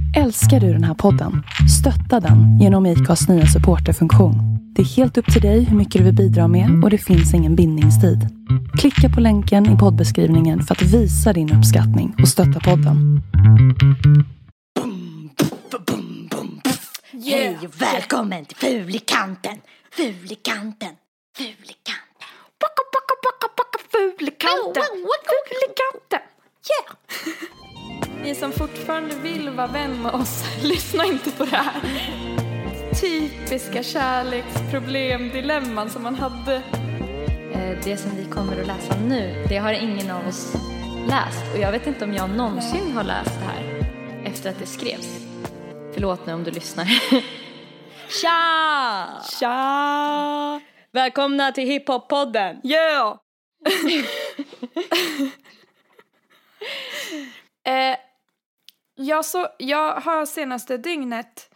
Älskar du den här podden? Stötta den genom IKAs nya supporterfunktion. Det är helt upp till dig hur mycket du vill bidra med och det finns ingen bindningstid. Klicka på länken i poddbeskrivningen för att visa din uppskattning och stötta podden. Hej och välkommen till Fulikanten. Fulikanten. Fulikanten. Bocka, bocka, bocka, bocka, Fulikanten. Fulikanten. Yeah. Ni som fortfarande vill vara vän med oss, lyssna inte på det här. Typiska kärleksproblem, dilemman som man hade. Det som vi kommer att läsa nu, det har ingen av oss läst. Och jag vet inte om jag någonsin har läst det här efter att det skrevs. Förlåt nu om du lyssnar. Tja! Tja! Välkomna till Hiphop-podden. Yeah! Jag har senaste dygnet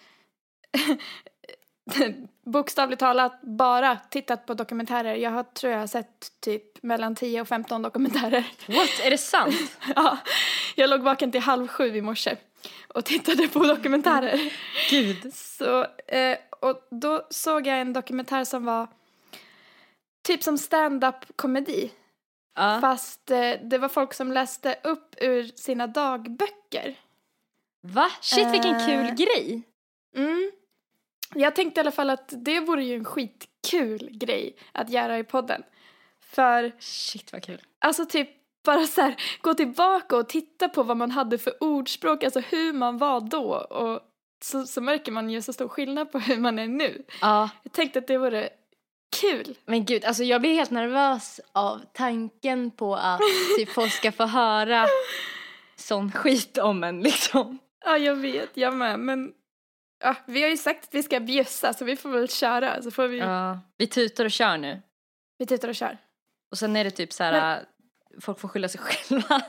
bokstavligt talat bara tittat på dokumentärer. Jag tror jag har sett typ mellan 10 och 15 dokumentärer. What? Är det sant? Ja, jag låg vaken till 6:30 i morse och tittade på dokumentärer. Gud. Så, och då såg jag en dokumentär som var typ som stand-up-komedi. Fast det var folk som läste upp ur sina dagböcker. Va? Shit, vilken kul grej. Jag tänkte i alla fall att det vore ju en skitkul grej att göra i podden. För shit, vad kul. Alltså typ bara så här, gå tillbaka och titta på vad man hade för ordspråk. Alltså hur man var då. Och så märker man ju så stor skillnad på hur man är nu. Ja. Jag tänkte att det vore kul. Men gud, alltså jag blir helt nervös av tanken på att typ folk ska få höra sån skit om en liksom. Ja, jag vet, jag med. Men ja, vi har ju sagt att vi ska bjussa, så vi får väl köra. Så får vi... Ja, vi tutar och kör nu. Vi tutar och kör. Och sen är det typ så här, folk får skylla sig själva.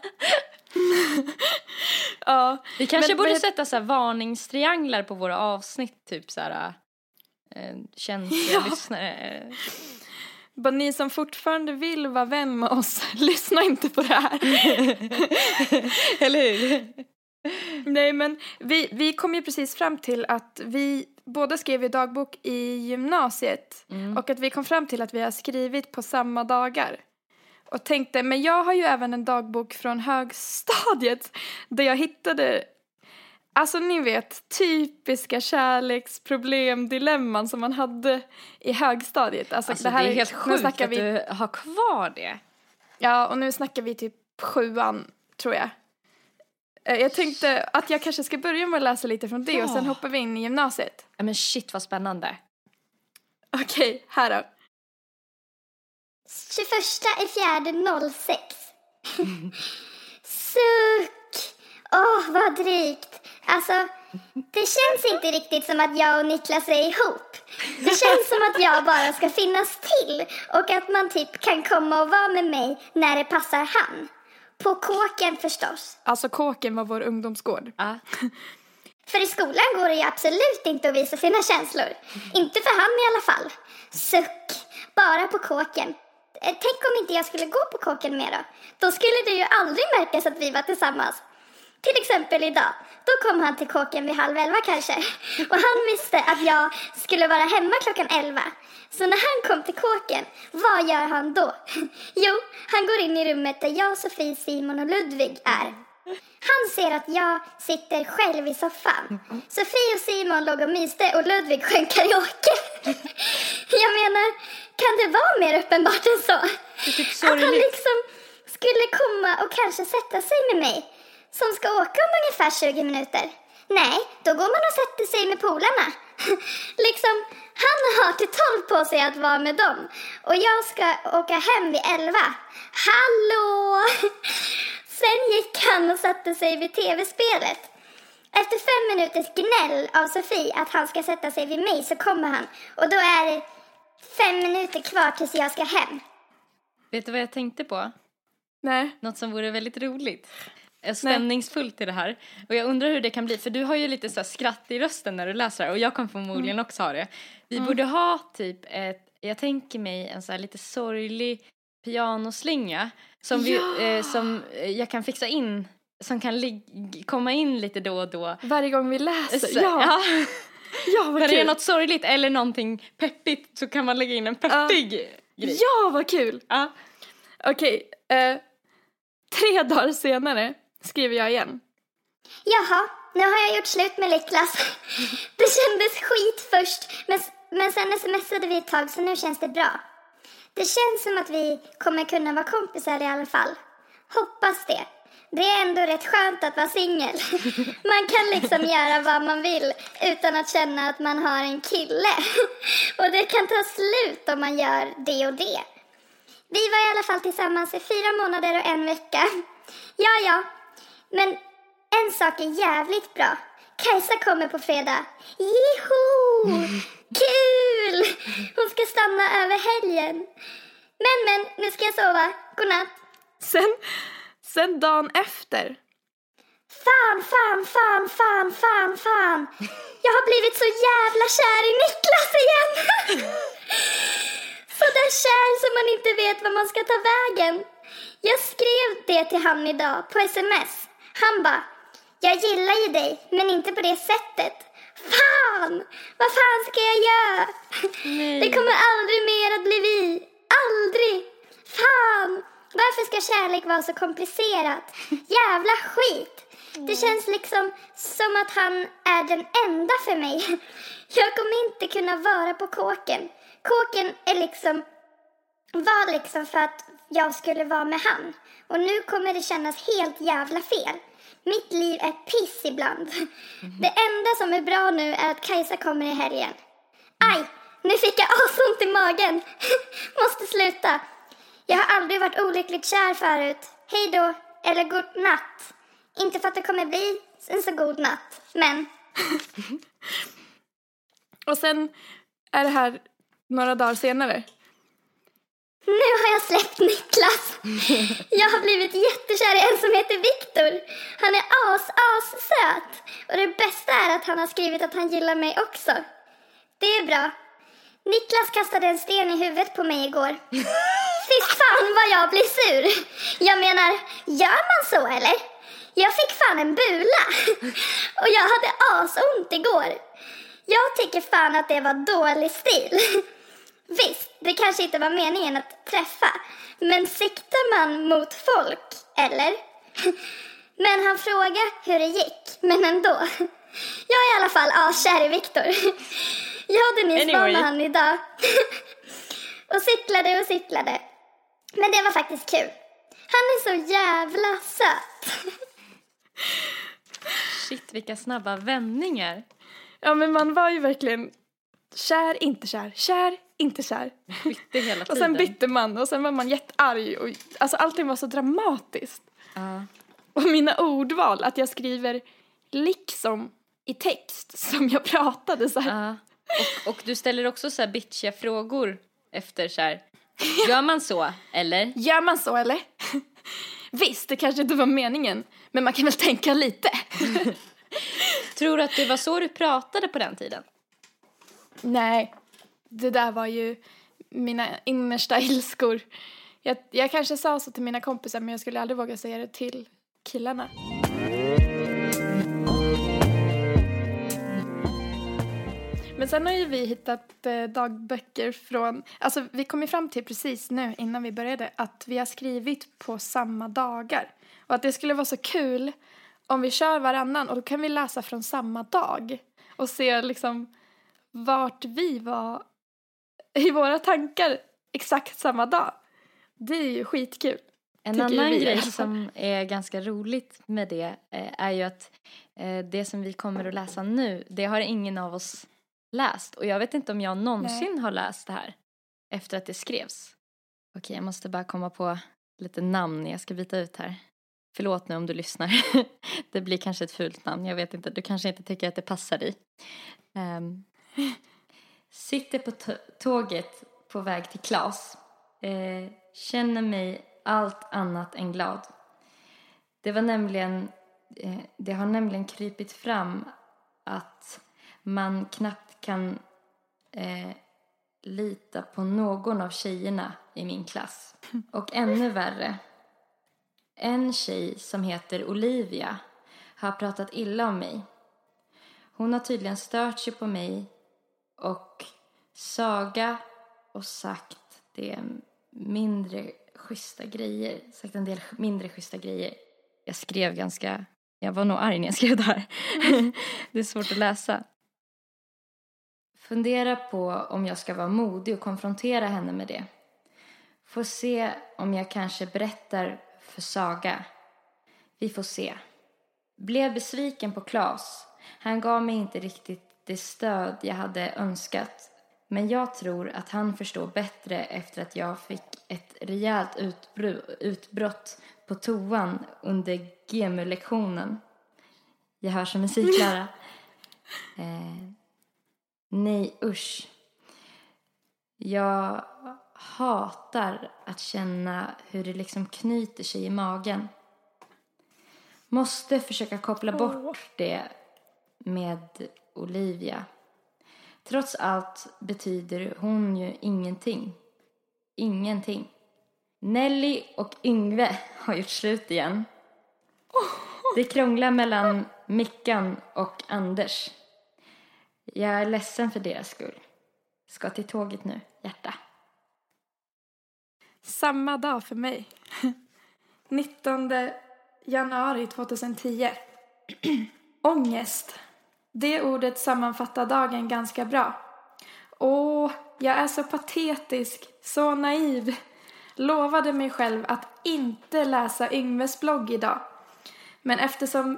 Ja. Vi kanske borde sätta så här varningstrianglar på våra avsnitt, typ så här känsliga lyssnare. Bara ni som fortfarande vill vara vän med oss, lyssna inte på det här. Eller hur? Nej, men vi kom ju precis fram till att vi båda skrev i dagbok i gymnasiet. Och att vi kom fram till att vi har skrivit på samma dagar. Och tänkte, men jag har ju även en dagbok från högstadiet där jag hittade, alltså ni vet, typiska kärleksproblem, dilemman som man hade i högstadiet. Alltså det här är helt sjukt att vi... du har kvar det. Ja, och nu snackar vi typ 7:an, tror jag. Jag tänkte att jag kanske ska börja med att läsa lite från det och sen hoppar vi in i gymnasiet. Ja, men shit vad spännande. Okej, här då. 21/4/06. Suck! Vad drygt. Alltså, det känns inte riktigt som att jag och Niklas är ihop. Det känns som att jag bara ska finnas till och att man typ kan komma och vara med mig när det passar han. På kåken förstås. Alltså kåken var vår ungdomsgård. Ja. För i skolan går det ju absolut inte att visa sina känslor. Inte för han i alla fall. Suck. Bara på kåken. Tänk om inte jag skulle gå på kåken mer då. Då skulle det ju aldrig märkas att vi var tillsammans. Till exempel idag. Då kom han till kåken vid 10:30 kanske. Och han visste att jag skulle vara hemma 11:00. Så när han kom till kåken, vad gör han då? Jo, han går in i rummet där jag, Sofie, Simon och Ludvig är. Han ser att jag sitter själv i soffan. Sofie och Simon låg och myste och Ludvig sjöng karaoke. Jag menar, kan det vara mer uppenbart än så? Att han liksom skulle komma och kanske sätta sig med mig, som ska åka om ungefär 20 minuter. Nej, då går man och sätter sig med polarna. Liksom, han har till 12 på sig att vara med dem. Och jag ska åka hem vid 11. Hallå! Sen gick han och satte sig vid tv-spelet. Efter 5 minuters gnäll av Sofie att han ska sätta sig vid mig så kommer han. Och då är det 5 minuter kvar tills jag ska hem. Vet du vad jag tänkte på? Nej. Något som vore väldigt roligt. Stämningsfullt i det här. Och jag undrar hur det kan bli. För du har ju lite så här skratt i rösten när du läser. Och jag kan förmodligen också ha det. Vi borde ha typ jag tänker mig en så här lite sorglig pianoslinga. Som jag kan fixa in som kan komma in lite då och då. Varje gång vi läser. Så, Ja, vad när kul. det är något sorgligt eller någonting peppigt så kan man lägga in en peppig grej. Ja, vad kul. Ja. Okej, 3 dagar senare skriver jag igen. Jaha, nu har jag gjort slut med Niklas. Det kändes skit först, men sen smsade vi ett tag så nu känns det bra. Det känns som att vi kommer kunna vara kompisar i alla fall. Hoppas det. Det är ändå rätt skönt att vara singel. Man kan liksom göra vad man vill utan att känna att man har en kille. Och det kan ta slut om man gör det och det. Vi var i alla fall tillsammans i 4 månader och 1 vecka. Ja, men en sak är jävligt bra. Kajsa kommer på fredag. Jiho! Kul! Hon ska stanna över helgen. Men, nu ska jag sova. Godnatt. Sen dagen efter. Fan. Jag har blivit så jävla kär i Niklas igen. Så där kär som man inte vet var man ska ta vägen. Jag skrev det till han idag på sms. Han bara, jag gillar ju dig, men inte på det sättet. Fan, vad fan ska jag göra? Nej. Det kommer aldrig mer att bli vi. Aldrig. Fan, varför ska kärlek vara så komplicerat? Jävla skit. Det känns liksom som att han är den enda för mig. Jag kommer inte kunna vara på kåken. Kåken är var liksom för att jag skulle vara med han. Och nu kommer det kännas helt jävla fel. Mitt liv är piss ibland. Det enda som är bra nu är att Kajsa kommer i helgen. Aj, nu fick jag asont i magen. Måste sluta. Jag har aldrig varit olyckligt kär förut. Hej då, eller god natt. Inte för att det kommer bli en så god natt, men... Och sen är det här några dagar senare. Nu har jag släppt Niklas. Jag har blivit jättekär i en som heter Viktor. Han är söt. Och det bästa är att han har skrivit att han gillar mig också. Det är bra. Niklas kastade en sten i huvudet på mig igår. Fy fan vad jag blir sur. Jag menar, gör man så eller? Jag fick fan en bula. Och jag hade asont igår. Jag tycker fan att det var dålig stil. Visst, det kanske inte var meningen att träffa. Men siktar man mot folk, eller? Men han frågade hur det gick. Men ändå. Jag är i alla fall askär i Viktor. Jag hade nyss var med han idag. Och cyklade. Men det var faktiskt kul. Han är så jävla söt. Shit, vilka snabba vändningar. Ja, men man var ju verkligen kär, inte kär. Kär, inte kär. Bytte hela tiden. Och sen bytte man och sen var man jättearg. Och, alltså allting var så dramatiskt. Och mina ordval, att jag skriver liksom i text som jag pratade så här. Och du ställer också så här bitchiga frågor efter så här. Gör man så, eller? Gör man så, eller? Visst, det kanske inte var meningen. Men man kan väl tänka lite. Tror du att det var så du pratade på den tiden? Nej, det där var ju mina innersta ilskor. Jag kanske sa så till mina kompisar, men jag skulle aldrig våga säga det till killarna. Men sen har ju vi hittat dagböcker från... Alltså vi kom ju fram till precis nu innan vi började att vi har skrivit på samma dagar. Och att det skulle vara så kul om vi kör varannan och då kan vi läsa från samma dag. Och se liksom vart vi var i våra tankar exakt samma dag. Det är ju skitkul. En annan grej som är ganska roligt med det är ju att det som vi kommer att läsa nu, det har ingen av oss läst. Och jag vet inte om jag någonsin har läst det här efter att det skrevs. Okej, jag måste bara komma på lite namn jag ska byta ut här. Förlåt nu om du lyssnar. Det blir kanske ett fult namn, jag vet inte. Du kanske inte tycker att det passar dig. Sitter på tåget på väg till Klas. Känner mig allt annat än glad. Det har nämligen krypit fram att man knappt kan lita på någon av tjejerna i min klass. Och ännu värre en tjej som heter Olivia har pratat illa om mig. Hon har tydligen stört sig på mig och Saga och sagt en del mindre schyssta grejer. Jag var nog arg när jag skrev det här. Det är svårt att läsa. Fundera på om jag ska vara modig och konfrontera henne med det. Får se om jag kanske berättar för Saga. Vi får se. Blev besviken på Claes. Han gav mig inte riktigt det stöd jag hade önskat. Men jag tror att han förstår bättre efter att jag fick ett rejält utbrott på toan under GMU-lektionen. Jag hör som musiklärare. Nej, usch. Jag hatar att känna hur det liksom knyter sig i magen. Måste försöka koppla bort det med Olivia. Trots allt betyder hon ju ingenting. Ingenting. Nelly och Yngve har gjort slut igen. Det krånglar mellan Mickan och Anders. Jag är ledsen för deras skull. Ska till tåget nu, hjärta. Samma dag för mig. 19 januari 2010. Ångest. Det ordet sammanfattar dagen ganska bra. Jag är så patetisk, så naiv. Lovade mig själv att inte läsa Yngves blogg idag. Men eftersom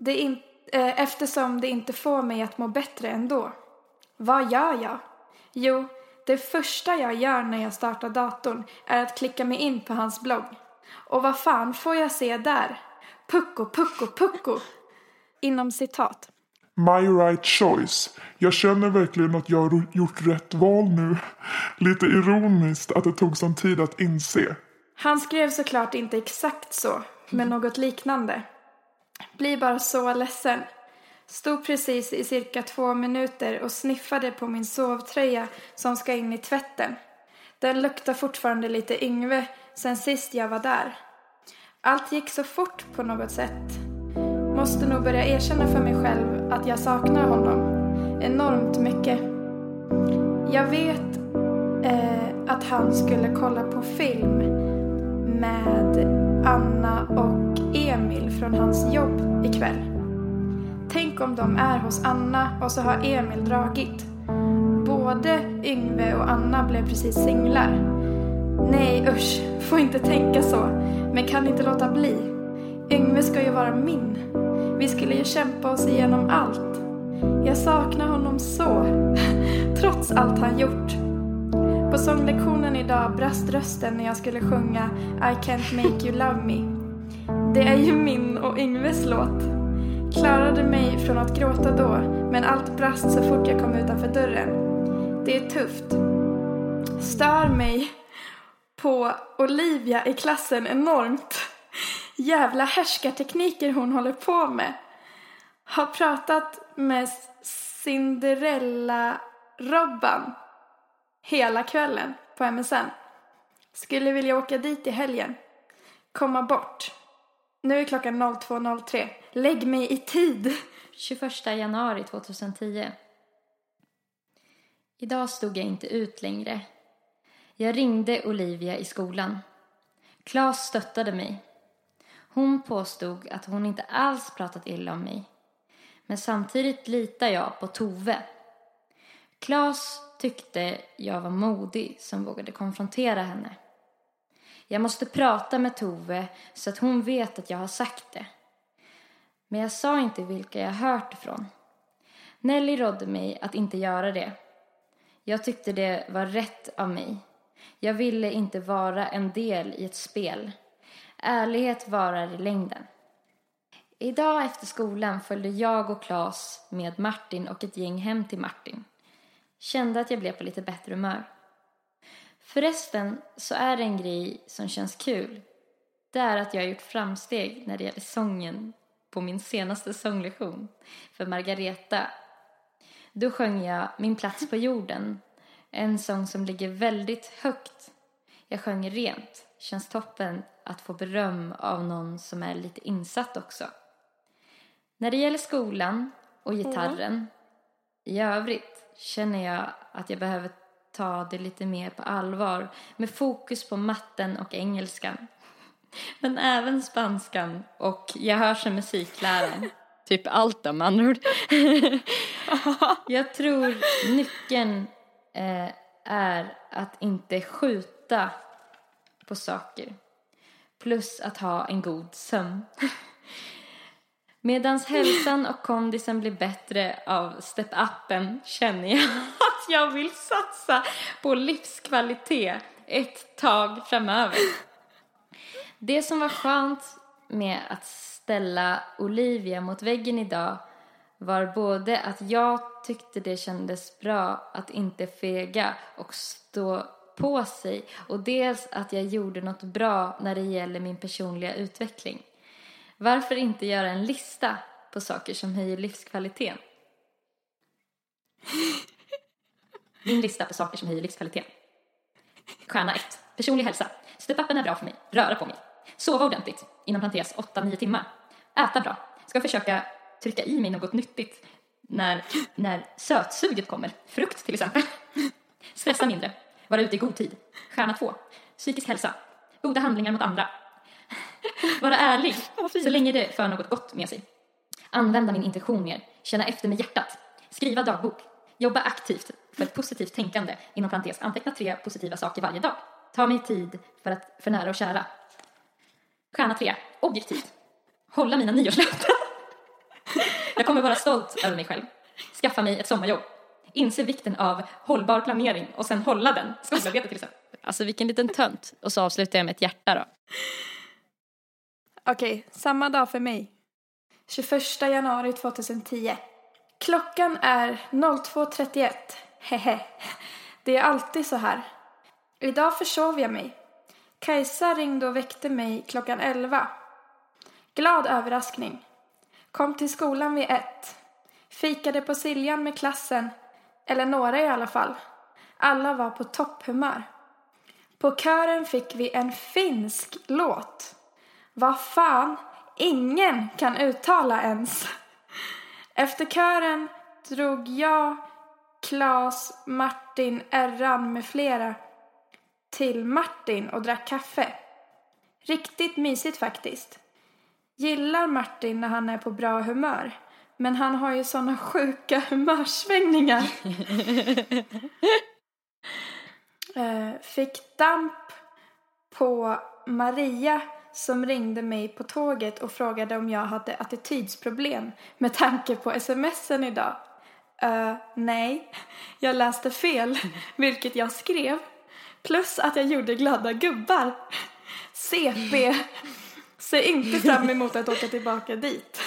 det inte får mig att må bättre ändå. Vad gör jag? Jo, det första jag gör när jag startar datorn är att klicka mig in på hans blogg. Och vad fan får jag se där? Pucko. Inom citat. My right choice. Jag känner verkligen att jag har gjort rätt val nu. Lite ironiskt att det tog sån tid att inse. Han skrev såklart inte exakt så, men något liknande. Blir bara så ledsen. Stod precis i cirka 2 minuter och sniffade på min sovtröja som ska in i tvätten. Den luktar fortfarande lite Yngve sen sist jag var där. Allt gick så fort på något sätt. Måste nog börja erkänna för mig själv att jag saknar honom. Enormt mycket. Jag vet att han skulle kolla på film med Anna och Emil från hans jobb ikväll. Tänk om de är hos Anna och så har Emil dragit. Både Yngve och Anna blev precis singlar. Nej usch, får inte tänka så. Men kan inte låta bli. Yngve ska ju vara min. Vi skulle ju kämpa oss igenom allt. Jag saknar honom så. Trots allt han gjort. På sånglektionen idag brast rösten när jag skulle sjunga I Can't Make You Love Me. Det är ju min och Yngves låt. Klarade mig från att gråta då, men allt brast så fort jag kom utanför dörren. Det är tufft. Stör mig på Olivia i klassen enormt. Jävla härskartekniker hon håller på med. Har pratat med Cinderella-Robban hela kvällen på MSN. Skulle vilja åka dit i helgen. Komma bort. Nu är klockan 02.03. Lägg mig i tid. 21 januari 2010. Idag stod jag inte ut längre. Jag ringde Olivia i skolan. Claes stöttade mig. Hon påstod att hon inte alls pratat illa om mig. Men samtidigt litar jag på Tove. Claes tyckte jag var modig som vågade konfrontera henne. Jag måste prata med Tove så att hon vet att jag har sagt det. Men jag sa inte vilka jag hört ifrån. Nelly rådde mig att inte göra det. Jag tyckte det var rätt av mig. Jag ville inte vara en del i ett spel. Ärlighet varar i längden. Idag efter skolan följde jag och Claes med Martin och ett gäng hem till Martin. Kände att jag blev på lite bättre humör. Förresten så är det en grej som känns kul. Det är att jag har gjort framsteg när det gäller sången på min senaste sånglektion för Margareta. Då sjöng jag Min plats på jorden. En sång som ligger väldigt högt Jag sjöng rent. Känns toppen att få beröm av någon som är lite insatt också. När det gäller skolan och gitarren i övrigt känner jag att jag behöver ta det lite mer på allvar med fokus på matten och engelskan. Men även spanskan och jag hörs som musikläraren. Typ allt om andra ord. Jag tror nyckeln är att inte skjuta på saker. Plus att ha en god sömn. Medans hälsan och kondisen blir bättre av step-upen känner jag att jag vill satsa på livskvalitet ett tag framöver. Det som var skönt med att ställa Olivia mot väggen idag var både att jag tyckte det kändes bra att inte fega och stå på sig och dels att jag gjorde något bra när det gäller min personliga utveckling. Varför inte göra en lista på saker som höjer livskvaliteten? Min lista på saker som höjer livskvaliteten. Stjärna 1. Personlig hälsa. Step-upen är bra för mig. Röra på mig. Sova ordentligt. Inom parentes 8-9 timmar. Äta bra. Ska försöka trycka i mig något nyttigt när sötsuget kommer. Frukt till exempel. Stressa mindre. Vara ute i god tid. Stjärna 2. Psykisk hälsa. Goda handlingar mot andra. Vara ärlig. Så länge det för något gott med sig. Använda min intuition mer. Känna efter med hjärtat. Skriva dagbok. Jobba aktivt för ett positivt tänkande. Inom parentes anteckna 3 positiva saker varje dag. Ta mig tid för nära och kära. Stjärna 3. Objektivt. Hålla mina nyårslöften. Jag kommer vara stolt över mig själv. Skaffa mig ett sommarjobb. Inse vikten av hållbar planering och sen hålla den. Skolarbete till exempel. Alltså vilken liten tönt. Och så avslutar jag med ett hjärta då. Okej, samma dag för mig. 21 januari 2010. Klockan är 02.31. Hehe. Det är alltid så här. Idag försov jag mig. Kajsa ringde och väckte mig klockan 11. Glad överraskning. Kom till skolan vid 1. Fikade på Siljan med klassen. Eller några i alla fall. Alla var på topphumör. På kören fick vi en finsk låt. Vad fan, ingen kan uttala ens. Efter kören drog jag, Claes, Martin, Erran med flera till Martin och drack kaffe. Riktigt mysigt faktiskt. Gillar Martin när han är på bra humör. Men han har ju såna sjuka humörsvängningar. Fick damp på Maria som ringde mig på tåget och frågade om jag hade attitydsproblem med tanke på sms:en idag. Nej, jag läste fel, vilket jag skrev. Plus att jag gjorde glada gubbar. CP. Ser inte fram emot att åka tillbaka dit.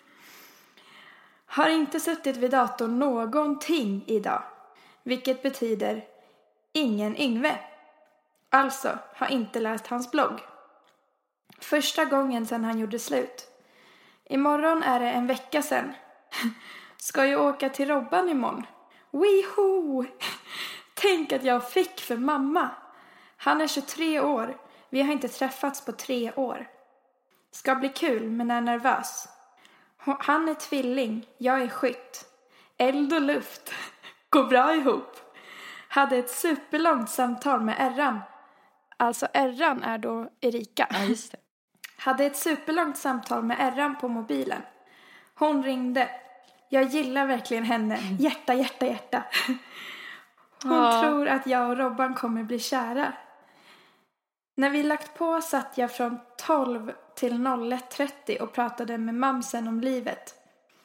Har inte suttit vid datorn någonting idag. Vilket betyder ingen Yngve. Alltså har inte läst hans blogg. Första gången sedan han gjorde slut. Imorgon är det en vecka sedan. Ska ju åka till Robban imorgon. Weho! Tänk att jag fick för mamma. Han är 23 år. Vi har inte träffats på 3 år. Ska bli kul men är nervös. Han är tvilling. Jag är skytt. Eld och luft. Går bra ihop. Hade ett superlångt samtal med Erran. Alltså Erran är då Erika. Ja, just det. Hade ett superlångt samtal med Erran på mobilen. Hon ringde. Jag gillar verkligen henne. Hjärta, hjärta, hjärta. Hon tror att jag och Robban kommer bli kära. När vi lagt på satt jag från 12 till 01.30 och pratade med mamsen om livet.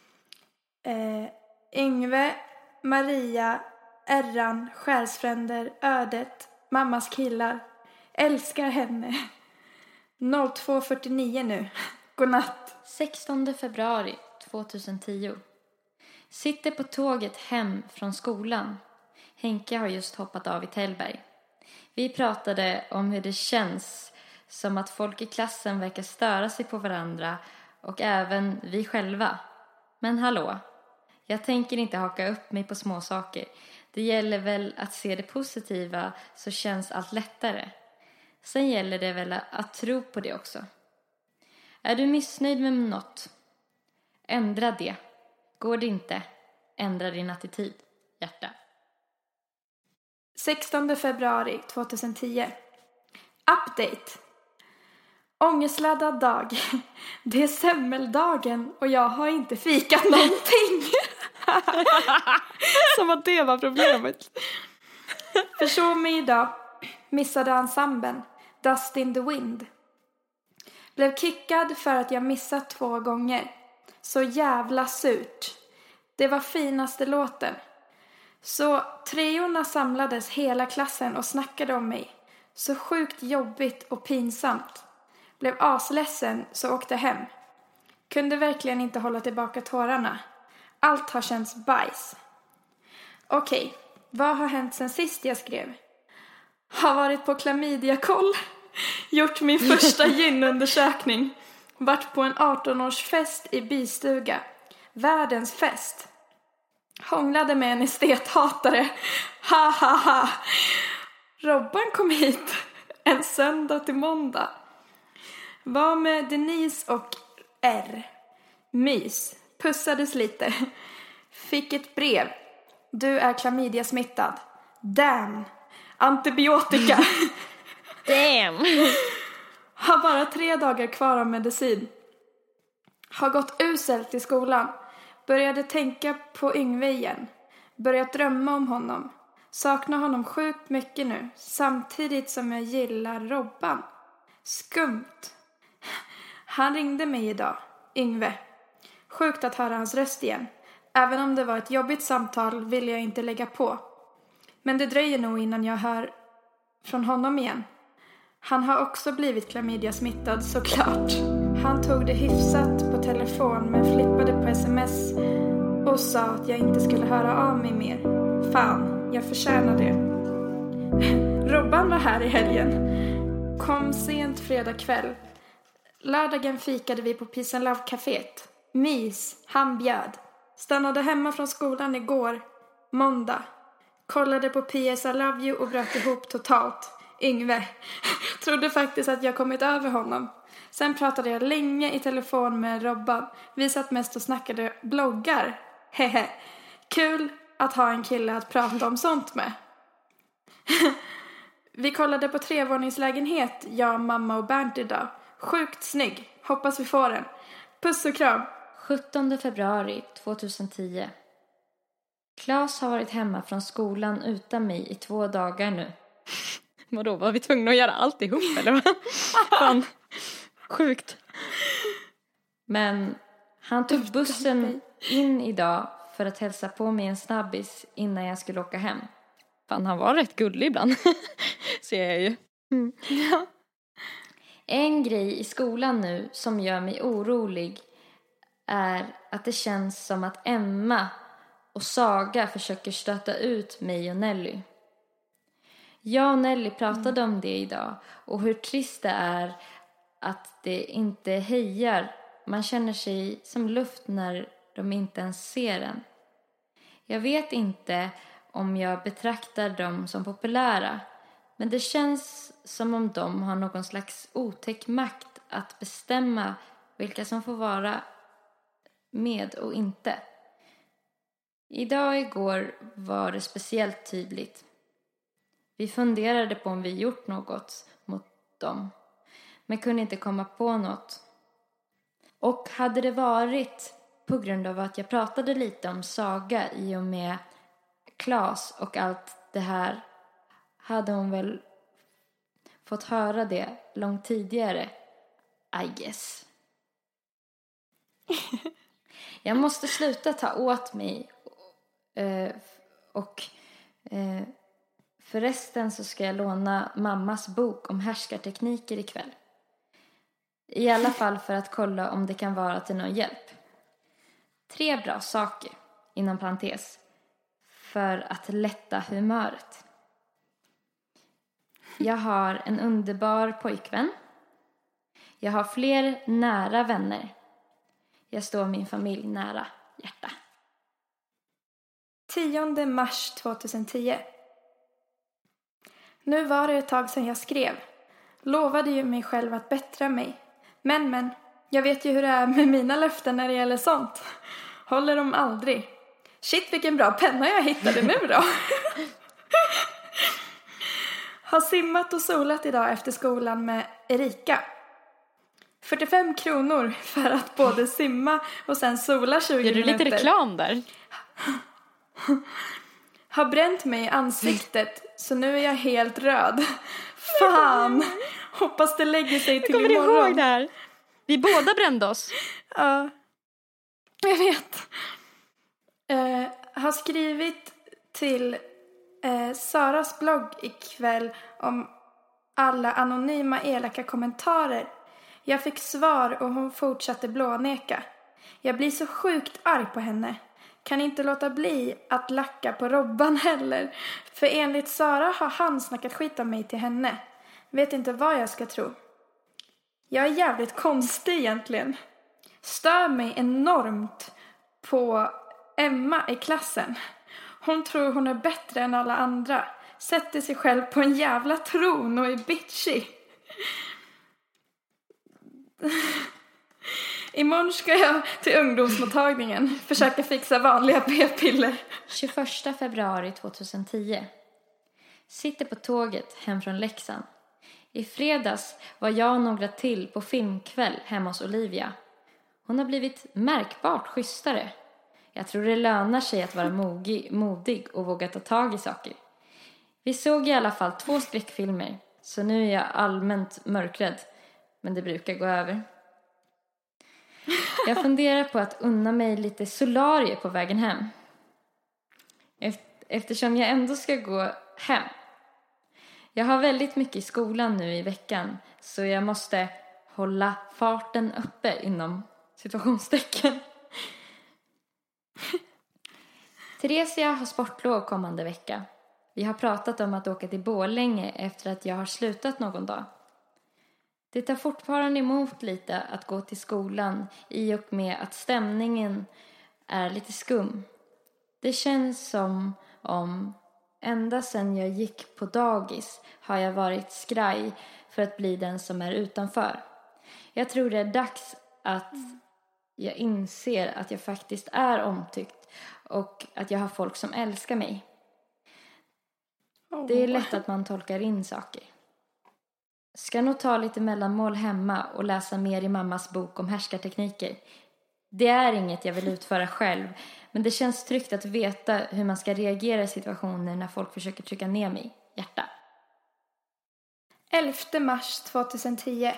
Yngve, Maria, Erran, själsfränder, ödet, mammas killar. Älskar henne. 02.49 nu. Godnatt. 16 februari 2010. Sitter på tåget hem från skolan. Henke har just hoppat av i Tällberg. Vi pratade om hur det känns som att folk i klassen verkar störa sig på varandra och även vi själva. Men hallå, jag tänker inte haka upp mig på små saker. Det gäller väl att se det positiva så känns allt lättare. Sen gäller det väl att tro på det också. Är du missnöjd med något? Ändra det. Går det inte? Ändra din attityd. Hjärta. 16 februari 2010. Update. Ångestladdad dag. Det är semmeldagen och jag har inte fikat någonting. Som att det var problemet. Försov mig idag. Missade ensemblen. Dust in the wind. Blev kickad för att jag missat 2 gånger. Så jävla surt. Det var finaste låten. Så treorna samlades hela klassen och snackade om mig. Så sjukt jobbigt och pinsamt. Blev asledsen så åkte hem. Kunde verkligen inte hålla tillbaka tårarna. Allt har känts bajs. Okej, vad har hänt sen sist jag skrev? Har varit på klamydiakoll. Gjort min första gynundersökning. Vart på en 18-årsfest i bystuga. Världens fest. Hånglade med en estethatare. Ha ha ha. Robban kom hit en söndag till måndag. Var med Denise och R. Mys. Pussades lite. Fick ett brev. Du är klamydia-smittad. Damn. Antibiotika. Damn. Har bara 3 dagar kvar av medicin. Har gått uselt i skolan. Började tänka på Yngve igen. Börjat drömma om honom. Saknar honom sjukt mycket nu. Samtidigt som jag gillar Robban. Skumt. Han ringde mig idag. Yngve. Sjukt att höra hans röst igen. Även om det var ett jobbigt samtal vill jag inte lägga på. Men det dröjer nog innan jag hör från honom igen. Han har också blivit klamydia-smittad såklart. Han tog det hyfsat på telefon men flippade på sms och sa att jag inte skulle höra av mig mer. Fan, jag förtjänar det. Robban var här i helgen. Kom sent fredag kväll. Lördagen fikade vi på Peace and Love-caféet. Mys, han bjöd. Stannade hemma från skolan igår, måndag. Kollade på PS I Love You och bröt ihop totalt. Yngve. Trodde faktiskt att jag kommit över honom. Sen pratade jag länge i telefon med Robban. Vi satt mest och snackade bloggar. Hehe. Kul att ha en kille att prata om sånt med. Vi kollade på 3-våningslägenhet, jag, mamma och Bernt idag. Sjukt snygg. Hoppas vi får den. Puss och kram. 17 februari 2010. Claes har varit hemma från skolan utan mig i 2 dagar nu. Vadå, var vi tvungna att göra allt ihop eller vad? Fan, sjukt. Men han tog bussen in idag för att hälsa på mig en snabbis innan jag skulle åka hem. Fan, han var rätt gullig ibland, ser jag ju. Mm. Ja. En grej i skolan nu som gör mig orolig är att det känns som att Emma och Saga försöker stöta ut mig och Nelly. Jag och Nelly pratade om det idag och hur trist det är att det inte hejar. Man känner sig som luft när de inte ens ser en. Jag vet inte om jag betraktar dem som populära, men det känns som om de har någon slags otäck makt att bestämma vilka som får vara med och inte. Idag och igår var det speciellt tydligt. Vi funderade på om vi gjort något mot dem, men kunde inte komma på något. Och hade det varit på grund av att jag pratade lite om Saga i och med Claes och allt det här, hade hon väl fått höra det långt tidigare, I guess. Jag måste sluta ta åt mig och förresten så ska jag låna mammas bok om härskartekniker ikväll. I alla fall för att kolla om det kan vara till någon hjälp. 3 bra saker, inom parentes, för att lätta humöret. Jag har en underbar pojkvän. Jag har fler nära vänner. Jag står min familj nära, hjärta. 10 mars 2010. Nu var det ett tag sedan jag skrev. Lovade ju mig själv att bättra mig. Men, jag vet ju hur det är med mina löften när det gäller sånt. Håller de aldrig. Shit, vilken bra penna jag hittade nu då. Har simmat och solat idag efter skolan med Erika. 45 kronor för att både simma och sen sola 20 minuter. Gör du lite reklam där? Har bränt mig i ansiktet, så nu är jag helt röd. Fan! Hoppas det lägger sig till Kommer imorgon. du ihåg det här? Vi båda brände oss. Ja, jag vet. Har skrivit till Saras blogg ikväll om alla anonyma elaka kommentarer. Jag fick svar och hon fortsatte blåneka. Jag blir så sjukt arg på henne. Kan inte låta bli att lacka på Robban heller. För enligt Sara har han snackat skit om mig till henne. Vet inte vad jag ska tro. Jag är jävligt konstig egentligen. Stör mig enormt på Emma i klassen. Hon tror hon är bättre än alla andra. Sätter sig själv på en jävla tron och är bitchy. Imorgon ska jag till ungdomsmottagningen. Försöka fixa vanliga p-piller. 21 februari 2010. Sitter på tåget hem från Leksand. I fredags var jag och några till på filmkväll hemma hos Olivia. Hon har blivit märkbart schysstare. Jag tror det lönar sig att vara modig och våga ta tag i saker. Vi såg i alla fall 2 skräckfilmer, så nu är jag allmänt mörkrädd. Men det brukar gå över. Jag funderar på att unna mig lite solarier på vägen hem. Eftersom jag ändå ska gå hem. Jag har väldigt mycket i skolan nu i veckan, så jag måste hålla farten uppe inom situationstecken. Theresia har sportlov kommande vecka. Vi har pratat om att åka till Borlänge efter att jag har slutat någon dag. Det tar fortfarande emot lite att gå till skolan i och med att stämningen är lite skum. Det känns som om ända sedan jag gick på dagis har jag varit skraj för att bli den som är utanför. Jag tror det är dags att jag inser att jag faktiskt är omtyckt och att jag har folk som älskar mig. Det är lätt att man tolkar in saker. Ska nog ta lite mellanmål hemma och läsa mer i mammas bok om härskartekniker. Det är inget jag vill utföra själv, men det känns tryggt att veta hur man ska reagera i situationer när folk försöker trycka ner mig. Hjärta. 11 mars 2010.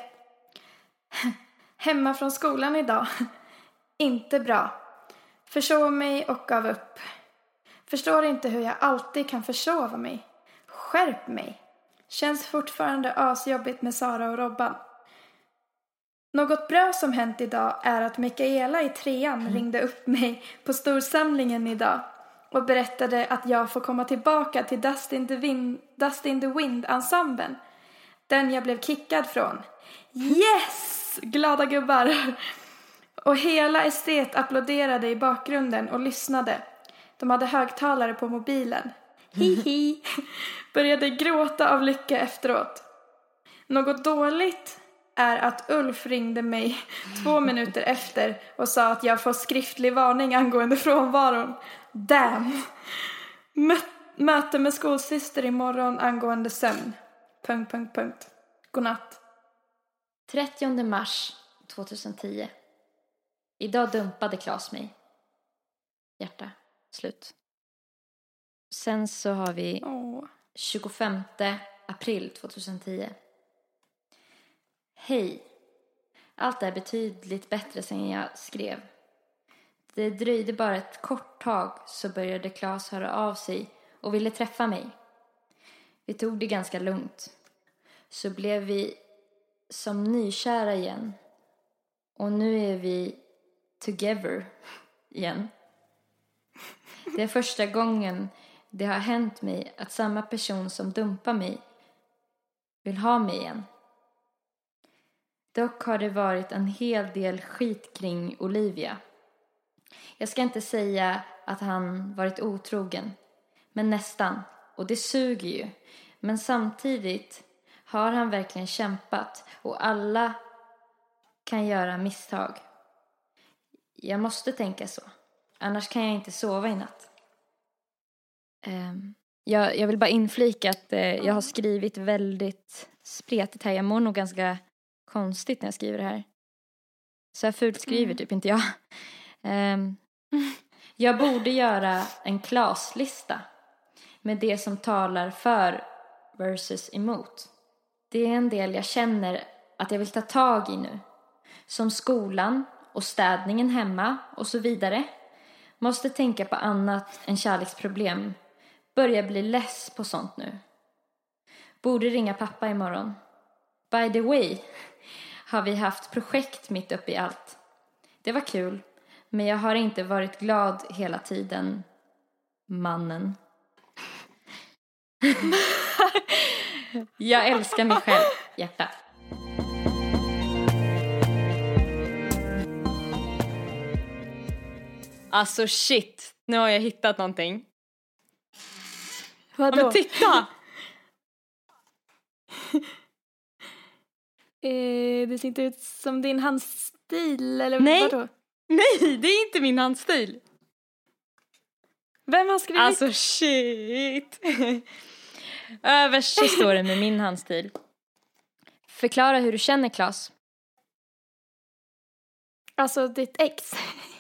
Hemma från skolan idag. Inte bra. Försov mig och gav upp. Förstår inte hur jag alltid kan försova mig. Skärp mig. Känns fortfarande asjobbigt med Sara och Robban. Något bra som hänt idag är att Mikaela i 3:an ringde upp mig på storsamlingen idag och berättade att jag får komma tillbaka till Dust in the Wind-ensemblen. Den jag blev kickad från. Yes! Glada gubbar! Och hela estet applåderade i bakgrunden och lyssnade. De hade högtalare på mobilen. Hihi! Började gråta av lycka efteråt. Något dåligt är att Ulf ringde mig 2 minuter efter och sa att jag får skriftlig varning angående frånvaron. Damn! Möte med skolsyster imorgon angående sömn. ... Godnatt. 30 mars 2010. Idag dumpade Claes mig. Hjärta. Slut. Sen så har vi 25 april 2010. Hej. Allt är betydligt bättre sen jag skrev. Det dröjde bara ett kort tag så började Claes höra av sig och ville träffa mig. Vi tog det ganska lugnt. Så blev vi som nykära igen. Och nu är vi together igen. Det är första gången det har hänt mig att samma person som dumpar mig vill ha mig igen. Dock har det varit en hel del skit kring Olivia. Jag ska inte säga att han varit otrogen, men nästan. Och det suger ju. Men samtidigt Har han verkligen kämpat? Och alla kan göra misstag. Jag måste tänka så. Annars kan jag inte sova i natt. Jag vill bara inflika att jag har skrivit väldigt spretigt här. Jag mår nog ganska konstigt när jag skriver det här. Så jag fult skriver typ inte jag. Jag borde göra en klaslista med det som talar för versus emot. Det är en del jag känner att jag vill ta tag i nu. Som skolan och städningen hemma och så vidare. Måste tänka på annat än kärleksproblem. Börjar bli less på sånt nu. Borde ringa pappa imorgon. By the way har vi haft projekt mitt uppe i allt. Det var kul. Men jag har inte varit glad hela tiden. Mannen. Jag älskar mig själv. Hjärta. Alltså shit. Nu har jag hittat någonting. Vadå? Ja, men titta! Det ser inte ut som din handstil, eller Nej. vadå? Nej, det är inte min handstil. Vem har skrivit? Alltså shit. Överst så står det med min handstil. Förklara hur du känner, Claes. Alltså ditt ex.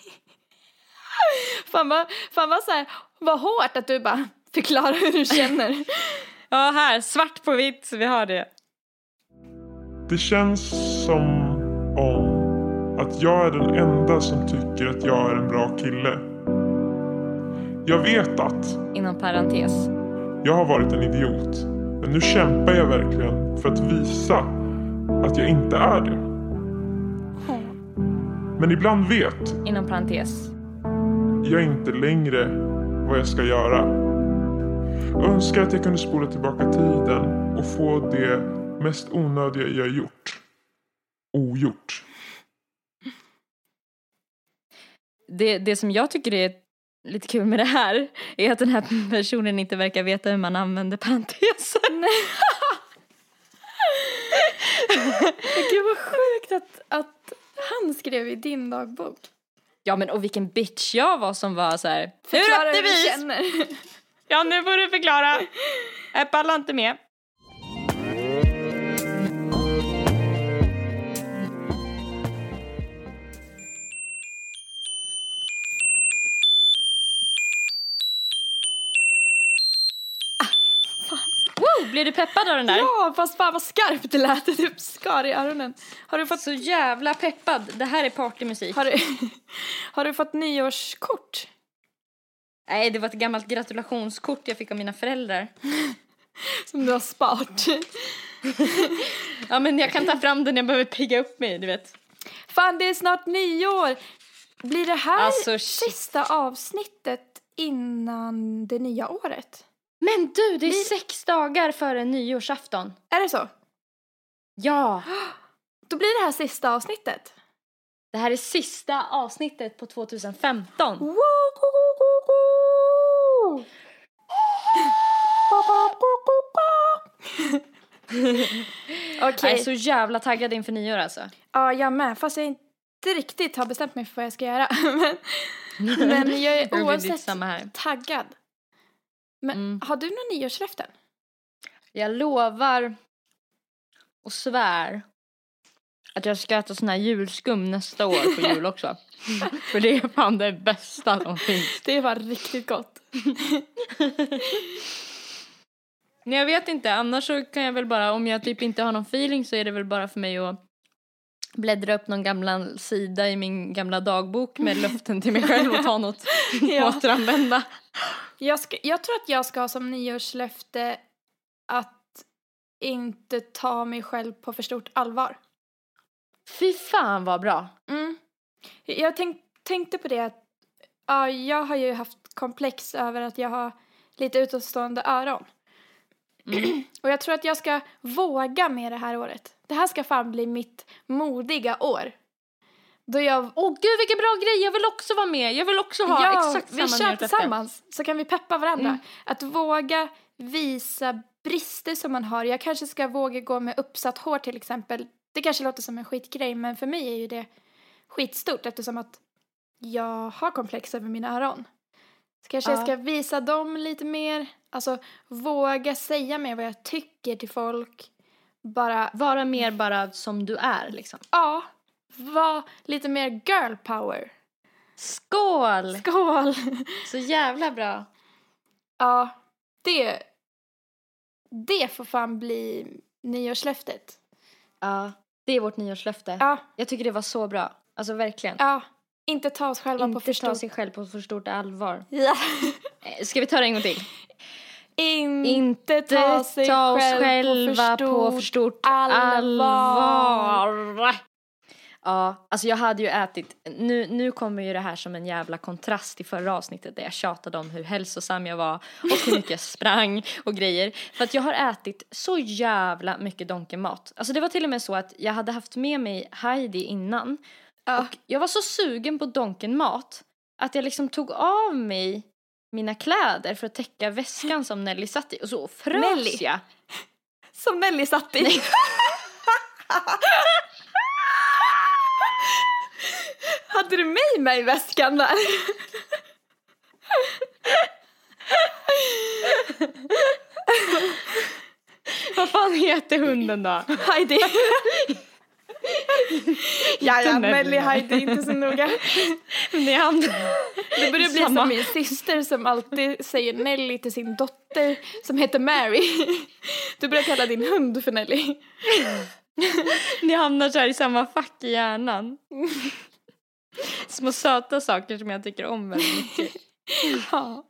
Fan vad så här, vad hårt att du bara förklarar hur du känner. Ja, här, svart på vitt, så vi har det. Det känns som om att jag är den enda som tycker att jag är en bra kille. Jag vet att Inom parentes. jag har varit en idiot. Men nu kämpar jag verkligen för att visa att jag inte är det. Men ibland vet Inom parentes. jag inte längre vad jag ska göra. Jag önskar att jag kunde spola tillbaka tiden och få det mest onödiga jag gjort ogjort. Det som jag tycker är lite kul med det här är att den här personen inte verkar veta hur man använder parenteser. Gud vad sjukt att han skrev i din dagbok. Ja, men och vilken bitch jag var som var så här. Förklara Nu hur du rättevis! känner. Ja, nu får du förklara. Jag pallar inte med. Wow, blev du peppad av den där? Ja, fast fan vad skarpt det lät. Det typ skar i öronen. Har du fått, Så jävla peppad. Det här är partymusik. har du fått nyårskort? Nej, det var ett gammalt gratulationskort jag fick av mina föräldrar. Som du har sparat. Ja, men jag kan ta fram den, jag behöver pigga upp mig, du vet. Fan, det är snart nyår. Blir det här Alltså, shit. sista avsnittet innan det nya året? Men du, det är 6 dagar före nyårsafton. Är det så? Ja, Då blir det här sista avsnittet. det här är sista avsnittet på 2015. Wow! Jag är Okej. så jävla taggad inför nyår alltså. Ja, jag med. Fast jag inte riktigt har bestämt mig för vad jag ska göra. Men jag är Det blir oavsett samma här. taggad. Men har du några nyårslöften? Jag lovar och svär att jag ska äta sån här julskum nästa år på jul också. För det är fan det bästa som finns. Det var riktigt gott. Nej, jag vet inte. Annars så kan jag väl bara, om jag typ inte har någon feeling, så är det väl bara för mig att bläddra upp någon gamla sida i min gamla dagbok med löften till mig själv och ta något återanvända. Jag tror att jag ska ha som nyårslöfte att inte ta mig själv på för stort allvar. Fy fan vad bra. Jag tänkte på det att jag har ju haft komplex över att jag har lite utåtstående öron. Och jag tror att jag ska våga med det här året. Det här ska fan bli mitt modiga år. Då jag... Gud, vilken bra grej. Jag vill också vara med. Jag vill också ha exakt samma vi kör tillsammans så kan vi peppa varandra. Att våga visa brister som man har. Jag kanske ska våga gå med uppsatt hår till exempel. Det kanske låter som en skitgrej, men för mig är ju det skitstort eftersom att jag har komplex över mina öron. Så kanske jag ska visa dem lite mer. Alltså våga säga mer vad jag tycker till folk. Vara mer bara som du är liksom. Ja, var lite mer girl power. Skål! Skål! Så jävla bra. Ja, det får fan bli nyårslöftet. Ja, det är vårt nyårslöfte. Ja. Jag tycker det var så bra. Alltså verkligen. Ja, inte ta oss själva på för stort. Inte ta sig själv på för stort allvar. Ja. Ska vi ta det en gång till? Inte ta sig själva på för stort allvar. Ja, alltså jag hade ju ätit. Nu kommer ju det här som en jävla kontrast till förra avsnittet där jag tjatade om hur hälsosam jag var och hur mycket jag sprang och grejer. För att jag har ätit så jävla mycket donkenmat. Alltså det var till och med så att jag hade haft med mig Heidi innan. Och jag var så sugen på donkenmat att jag liksom tog av mig mina kläder för att täcka väskan som Nelly satt i. Och så frös jag. Som Nelly satt i. Hade du mig med i väskan där? Vad fan heter hunden då? Heidi. Ja, Nelly, Heidi, inte så noga. Det börjar bli som min syster som alltid säger Nelly till sin dotter som heter Mary. Du börjar kalla din hund för Nelly. Ni hamnar så här i samma fack i hjärnan. Små söta saker som jag tycker om väldigt mycket. Ja.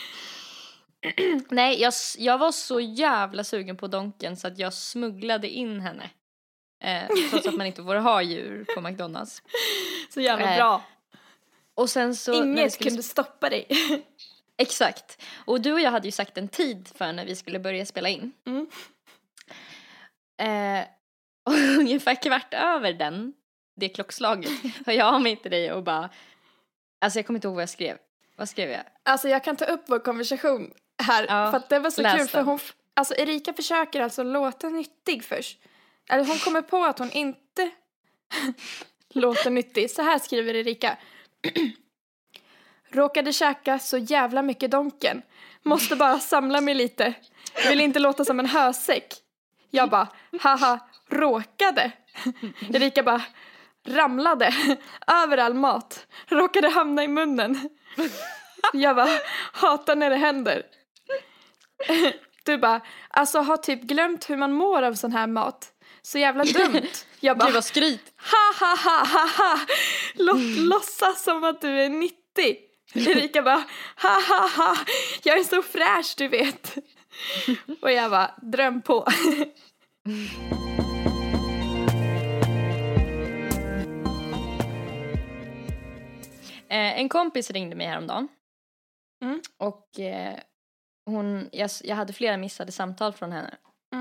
Nej, jag var så jävla sugen på donken så att jag smugglade in henne. Trots att man inte får ha djur på McDonalds. Så jävla bra. Och sen så inget kunde stoppa dig. Exakt. Och du och jag hade ju sagt en tid för när vi skulle börja spela in. Och ungefär 15:15 det klockslaget hör jag av mig till dig och bara, alltså jag kommer inte ihåg vad jag skrev. Vad skrev jag? Alltså jag kan ta upp vår konversation här, för att det var så kul för alltså Erika försöker alltså låta nyttig först. Eller hon kommer på att hon inte låter nyttig. Så här skriver Erika. Råkade käka så jävla mycket donken. Måste bara samla mig lite. Vill inte låta som en hösäck. Jag bara, haha, råkade. Erika bara, ramlade över all mat. Råkade hamna i munnen. Jag bara, hatar när det händer. Du bara, alltså har typ glömt hur man mår av sån här mat. Så jävla dumt. Jag bara, det var skryt. Ha. Låtsas som att du är 90. Erika bara, ha. Jag är så fräsch, du vet. Och jag bara, dröm på. En kompis ringde mig häromdagen. Och jag hade flera missade samtal från henne.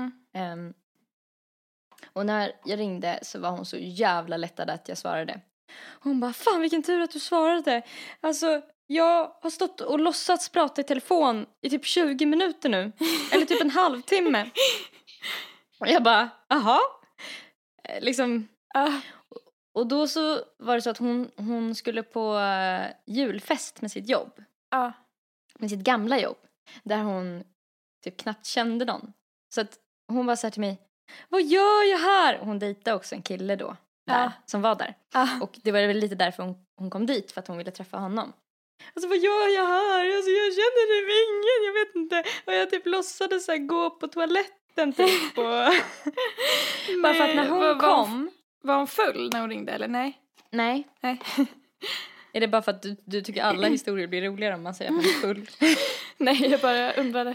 Och när jag ringde så var hon så jävla lättad att jag svarade. Hon bara, fan vilken tur att du svarade. Alltså jag har stått och låtsats prata i telefon i typ 20 minuter nu. Eller typ en halvtimme. Och jag bara, aha. Liksom. Och då så var det så att hon skulle på julfest med sitt jobb. Med sitt gamla jobb. Där hon typ knappt kände någon. Så att hon var så här till mig, vad gör jag här? Och hon dejtade också en kille då. Som var där. Och det var väl lite därför hon kom dit. För att hon ville träffa honom. Alltså vad gör jag här? Alltså jag känner det ingen, jag vet inte. Och jag typ låtsades så här gå på toaletten typ. Bara för att när hon kom. Var hon full när hon ringde eller nej? Nej. Är det bara för att du tycker alla historier blir roligare om man säger att man är full? Nej, jag bara undrade.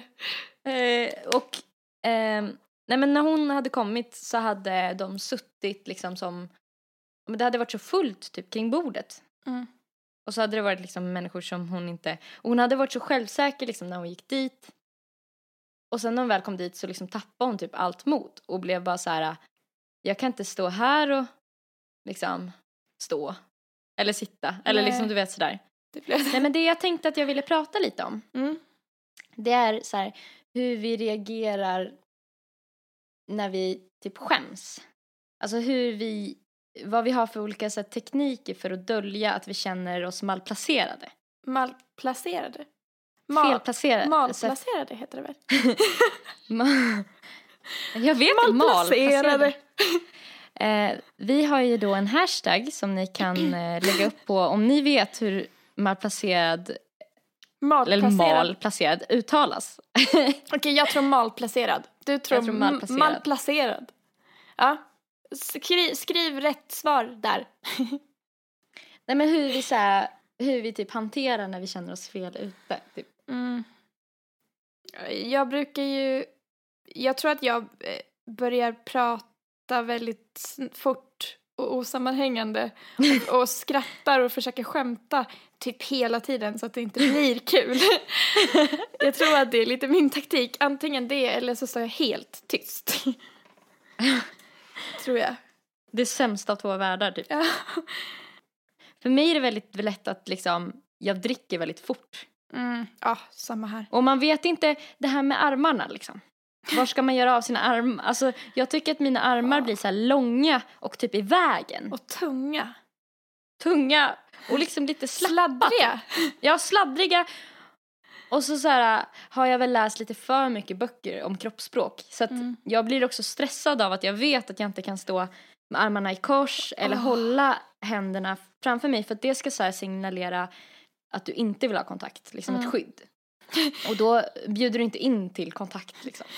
Nej men när hon hade kommit så hade de suttit liksom som, men det hade varit så fullt typ kring bordet. Och så hade det varit liksom människor som hon inte, och hon hade varit så självsäker liksom när hon gick dit. Och sen när hon väl kom dit så liksom tappade hon typ allt mod och blev bara så här, jag kan inte stå här och liksom stå eller sitta eller liksom du vet sådär. Nej men det jag tänkte att jag ville prata lite om. Det är så här, hur vi reagerar när vi typ skäms. Alltså vad vi har för olika så här, tekniker för att dölja att vi känner oss malplacerade. Malplacerade? Felplacerade. Malplacerade heter det väl? Jag vet inte. Malplacerade. Vi har ju då en hashtag som ni kan lägga upp på om ni vet hur malplacerad uttalas. Okej, jag tror malplacerad. Du tror malplacerad. Ja. Skriv rätt svar där. Nej, men hur vi typ hanterar när vi känner oss fel ute. Typ. Jag tror att jag börjar prata väldigt fort och osammanhängande och skrattar och försöker skämta typ hela tiden så att det inte blir kul. Jag tror att det är lite min taktik. Antingen det eller så står jag helt tyst. Tror jag. Det är sämsta av två världar typ. Ja. För mig är det väldigt lätt att liksom, jag dricker väldigt fort. Ja, samma här. Och man vet inte det här med armarna liksom. Var ska man göra av sina armar? Alltså, jag tycker att mina armar blir så här långa och typ i vägen. Och tunga. Tunga och liksom lite sladdriga. Ja, sladdriga. Och så här har jag väl läst lite för mycket böcker om kroppsspråk. Så att jag blir också stressad av att jag vet att jag inte kan stå med armarna i kors eller hålla händerna framför mig. För att det ska så här signalera att du inte vill ha kontakt, liksom ett skydd. Och då bjuder du inte in till kontakt liksom.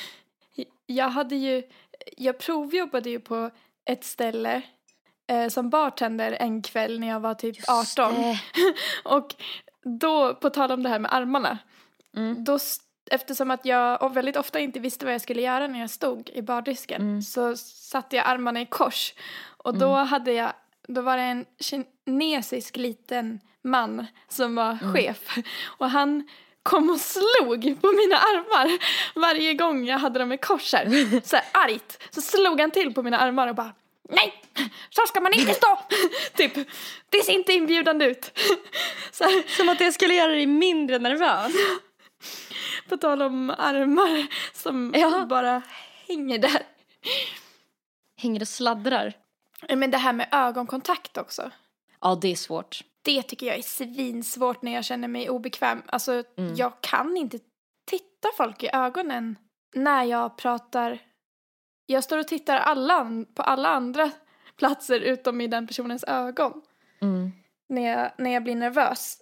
Jag provjobbade ju på ett ställe som bartender en kväll när jag var typ 18. Och då, på tal om det här med armarna, då, eftersom att jag väldigt ofta inte visste vad jag skulle göra när jag stod i bardisken, så satte jag armarna i kors. Och då var det en kinesisk liten man som var chef. Och han kom och slog på mina armar varje gång jag hade dem i kors här. Så här argt. Så slog han till på mina armar och bara, nej, så ska man inte stå. Typ, det ser inte inbjudande ut. Så här. Som att det skulle göra dig mindre nervös. På tal om armar som bara hänger där. Hänger och sladdrar. Men det här med ögonkontakt också. Ja, det är svårt. Det tycker jag är svinsvårt när jag känner mig obekväm. Alltså, jag kan inte titta folk i ögonen när jag pratar. Jag står och tittar på alla andra platser utom i den personens ögon. När jag blir nervös.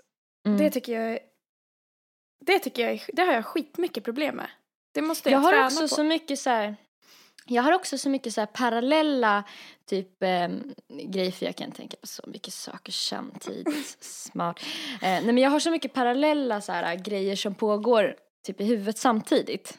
Det har jag skitmycket problem med. Det måste jag träna på. Jag har också så mycket så här parallella typ grejer, för jag kan tänka på så mycket saker samtidigt. Smart. Nej, men jag har så mycket parallella så här grejer som pågår typ i huvudet samtidigt.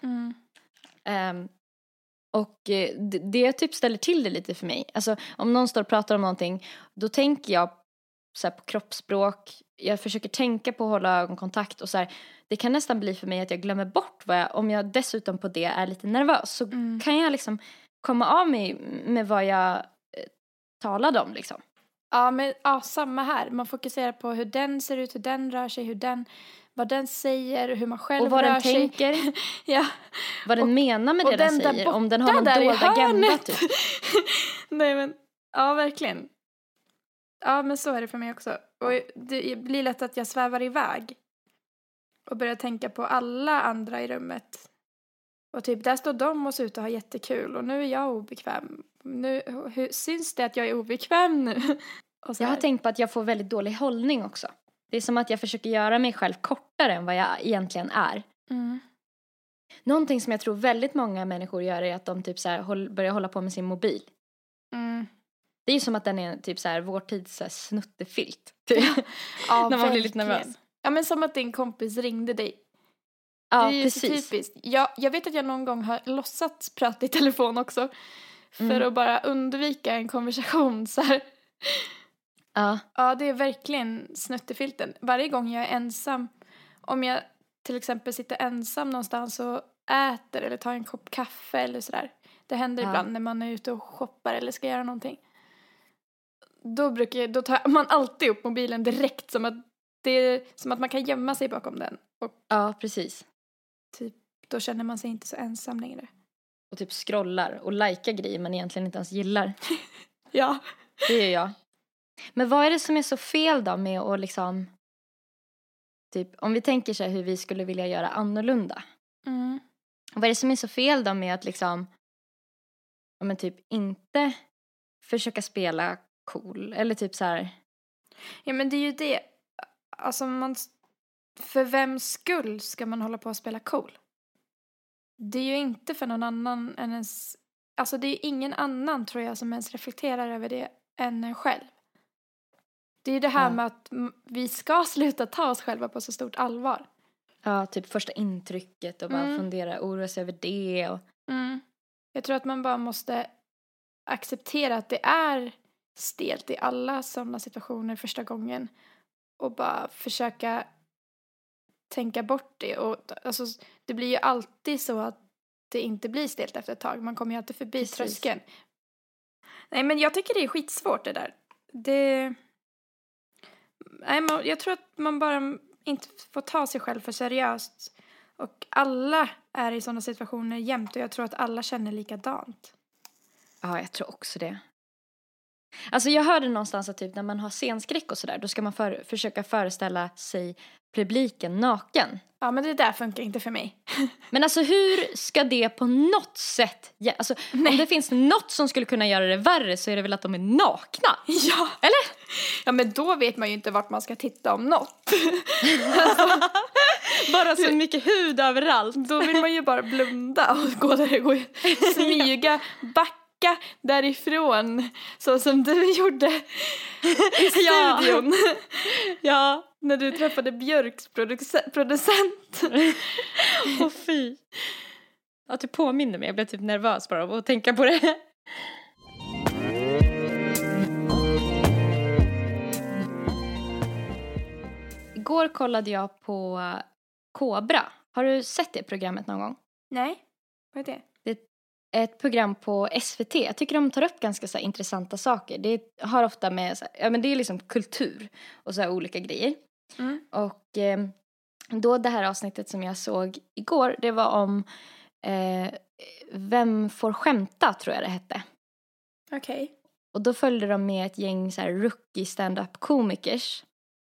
Och det typ ställer till det lite för mig. Alltså om någon står och pratar om någonting, då tänker jag så här på kroppsspråk. Jag försöker tänka på att hålla ögonkontakt och så här. Det kan nästan bli för mig att jag glömmer bort om jag dessutom på det är lite nervös, så kan jag liksom komma av mig med vad jag talade om liksom. Ja, men samma här. Man fokuserar på hur den ser ut, hur den rör sig, vad den säger, hur man själv rör sig. Och vad den tänker. Ja. Vad den menar med det den säger. Om den har någon dold agenda typ. Nej, men ja, verkligen. Ja, men så är det för mig också. Och det blir lätt att jag svävar iväg och börjar tänka på alla andra i rummet. Och typ, där står de och ser ut att ha jättekul. Och nu är jag obekväm. Hur syns det att jag är obekväm nu? Jag har tänkt på att jag får väldigt dålig hållning också. Det är som att jag försöker göra mig själv kortare än vad jag egentligen är. Någonting som jag tror väldigt många människor gör är att de typ så här börjar hålla på med sin mobil. Det är ju som att den är typ så här vår tids så här snuttefilt. Ja, när man blir lite nervös. Ja, men som att din kompis ringde dig. Ja, det är ju precis. Så typiskt. Jag vet att jag någon gång har låtsats prata i telefon också. För att bara undvika en konversation så här. Ja, det är verkligen snuttefilten. Varje gång jag är ensam, om jag till exempel sitter ensam någonstans och äter eller tar en kopp kaffe eller sådär. Det händer ibland när man är ute och shoppar eller ska göra någonting. Då tar man alltid upp mobilen direkt, som att man kan gömma sig bakom den. Och ja, precis. Typ då känner man sig inte så ensam längre. Och typ scrollar och likar grejer man egentligen inte ens gillar. Ja. Det är jag. Men vad är det som är så fel då med att liksom... Typ, om vi tänker så här hur vi skulle vilja göra annorlunda. Mm. Vad är det som är så fel då med att liksom... Ja, men typ inte försöka spela cool. Eller typ så här... Ja, men det är ju det. Alltså för vems skull ska man hålla på att spela cool? Det är ju inte för någon annan än ens... Alltså det är ju ingen annan, tror jag, som ens reflekterar över det än en själv. Det är ju det här med att vi ska sluta ta oss själva på så stort allvar. Ja, typ första intrycket och bara fundera, oroa sig över det. Och... Jag tror att man bara måste acceptera att det är stelt i alla sådana situationer första gången. Och bara försöka tänka bort det. Och, alltså, det blir ju alltid så att det inte blir stelt efter ett tag. Man kommer ju alltid förbi tröskeln. Nej, men jag tycker det är skitsvårt det där. Jag tror att man bara inte får ta sig själv för seriöst. Och alla är i sådana situationer jämt. Och jag tror att alla känner likadant. Ja, jag tror också det. Alltså jag hörde någonstans att typ när man har scenskräck och sådär, då ska man försöka föreställa sig publiken naken. Ja, men det där funkar inte för mig. Men alltså hur ska det på något sätt... Alltså, om det finns något som skulle kunna göra det värre så är det väl att de är nakna? Ja. Eller? Ja, men då vet man ju inte vart man ska titta om något. Bara så mycket hud överallt. Då vill man ju bara blunda och gå där det går. Smyga, backa därifrån. Så som du gjorde i studion. Ja. När du träffade Björks producent. Åh fy. Ja, du påminner mig. Jag blev typ nervös bara av att tänka på det. Igår kollade jag på Kobra. Har du sett det programmet någon gång? Nej, vad är det? Det är ett program på SVT. Jag tycker de tar upp ganska så här intressanta saker. Det har ofta med, så här, ja men det är liksom kultur och så här olika grejer. Och då det här avsnittet som jag såg igår, det var om Vem får skämta, tror jag det hette. Okej. Och då följde de med ett gäng så här rookie stand-up komikers.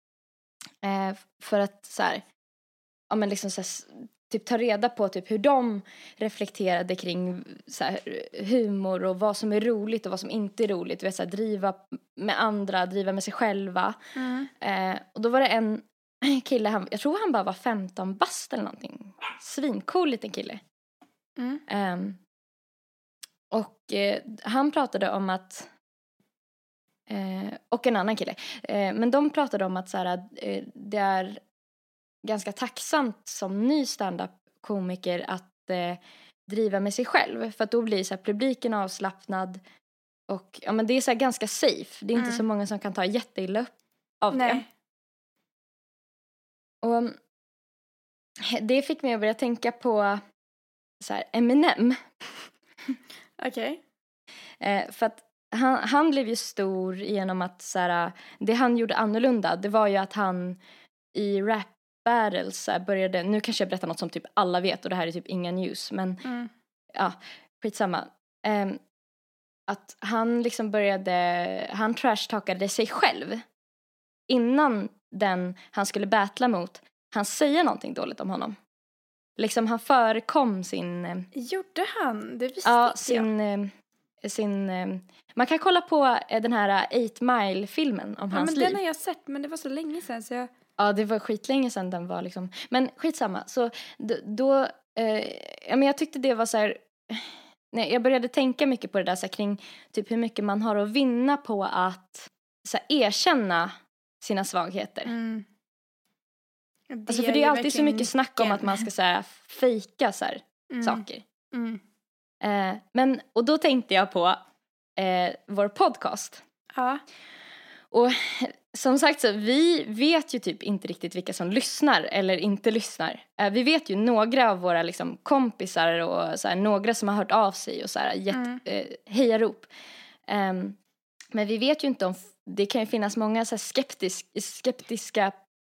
För att så här, ja men liksom så här, typ ta reda på typ hur de reflekterade kring så här, humor och vad som är roligt och vad som inte är roligt. Vet, så här, driva med andra, driva med sig själva. Och då var det en kille, jag tror han bara var 15 bast eller någonting. Svincool liten kille. Och han pratade om att och en annan kille. Men de pratade om att så här, det är ganska tacksamt som ny stand-up-komiker att driva med sig själv. För att då blir så här, publiken avslappnad. Och ja, men det är så här ganska safe. Det är inte så många som kan ta jätteilla upp av det. Och det fick mig att börja tänka på så här, Eminem. Okej. För att han blev ju stor genom att så här, det han gjorde annorlunda, det var ju att han i rap battles började, nu kanske jag berättar något som typ alla vet och det här är typ inga news, men ja, skitsamma. Att han liksom han trashtalkade sig själv innan den han skulle battla mot, han säger någonting dåligt om honom. Liksom han förekom sin... Gjorde han? Det visste ja, sin man kan kolla på den här 8 Mile-filmen om hans liv. Ja, men den har jag sett, men det var så länge sedan så jag... Ja, det var skitlänge sedan den var liksom... Men skitsamma, så då... ja, men jag tyckte det var så här... Nej, jag började tänka mycket på det där så här, kring typ hur mycket man har att vinna på att så här, erkänna sina svagheter. Alltså för det är alltid så mycket snack om att man ska så här, fejka så här, saker. Men, och då tänkte jag på vår podcast. Ja. Och som sagt så vi vet ju typ inte riktigt vilka som lyssnar eller inte lyssnar. Vi vet ju några av våra liksom kompisar och så här, några som har hört av sig och så här gett hejarop. Men vi vet ju inte om det kan ju finnas många så här skeptiska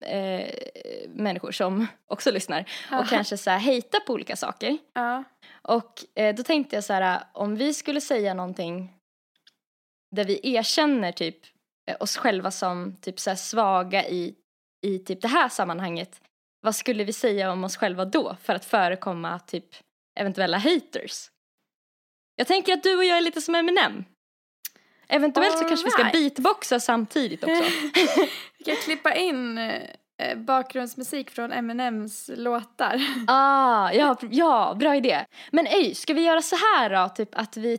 människor som också lyssnar. Och kanske så här hejta på olika saker. Och då tänkte jag så här, om vi skulle säga någonting där vi erkänner typ oss själva som typ så här svaga i typ det här sammanhanget. Vad skulle vi säga om oss själva då för att förekomma typ eventuella haters? Jag tänker att du och jag är lite som Eminem. Eventuellt så kanske vi ska beatboxa samtidigt också. Vi kan klippa in bakgrundsmusik från Eminems låtar. Ja, bra idé. Men ska vi göra så här då? Typ att vi